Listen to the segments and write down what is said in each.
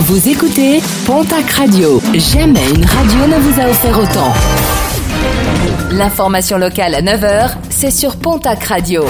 Vous écoutez Pontac Radio. Jamais une radio ne vous a offert autant. L'information locale à 9h, c'est sur Pontac Radio.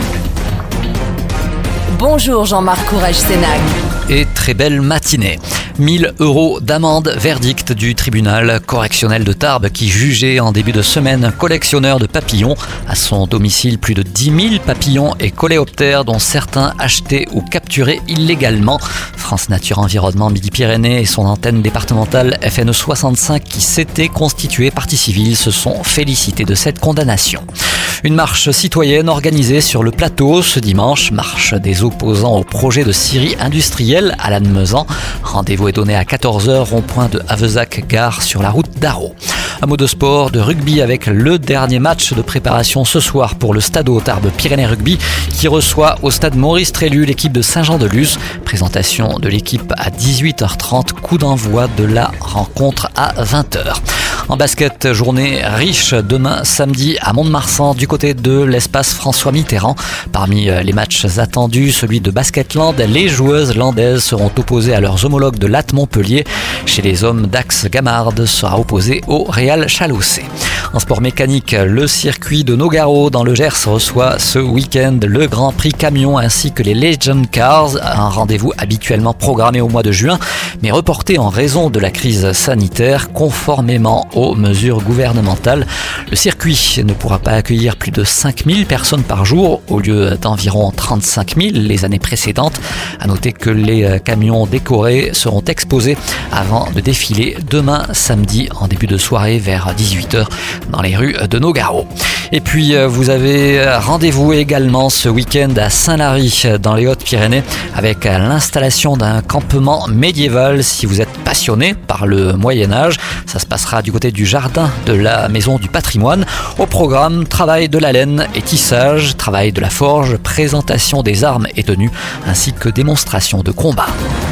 Bonjour Jean-Marc Courage-Sénac. Et très belle matinée. 1000 € d'amende, verdict du tribunal correctionnel de Tarbes qui jugeait en début de semaine un collectionneur de papillons. À son domicile, plus de 10 000 papillons et coléoptères dont certains achetés ou capturés illégalement. France Nature Environnement Midi-Pyrénées et son antenne départementale FNE 65 qui s'était constituée partie civile se sont félicités de cette condamnation. Une marche citoyenne organisée sur le plateau ce dimanche, marche des opposants au projet de scierie industrielle à Lannemezan. Rendez-vous est donné à 14h, rond-point de Avezac, gare sur la route d'Arrault. Un mot de sport, de rugby avec le dernier match de préparation ce soir pour le Stado Tarbes Pyrénées Rugby qui reçoit au stade Maurice Trélu l'équipe de Saint-Jean-de-Luz. Présentation de l'équipe à 18h30, coup d'envoi de la rencontre à 20h. En basket, journée riche demain samedi à Mont-de-Marsan du côté de l'espace François Mitterrand. Parmi les matchs attendus, celui de Basketland, les joueuses landaises seront opposées à leurs homologues de Latte Montpellier. Chez les hommes, Dax Gamard sera opposé au Real Chalossé. En sport mécanique, le circuit de Nogaro dans le Gers reçoit ce week-end le Grand Prix Camion ainsi que les Legend Cars, un rendez-vous habituellement programmé au mois de juin, mais reporté en raison de la crise sanitaire conformément aux mesures gouvernementales. Le circuit ne pourra pas accueillir plus de 5000 personnes par jour au lieu d'environ 35 000 les années précédentes. À noter que les camions décorés seront exposés avant de défiler demain samedi en début de soirée vers 18h dans les rues de Nogaro. Et puis vous avez rendez-vous également ce week-end à Saint-Lary dans les Hautes-Pyrénées avec l'installation d'un campement médiéval si vous êtes passionné par le Moyen-Âge. Ça se passera du côté du jardin de la Maison du Patrimoine. Au programme, travail de la laine et tissage, travail de la forge, présentation des armes et tenues ainsi que démonstration de combat.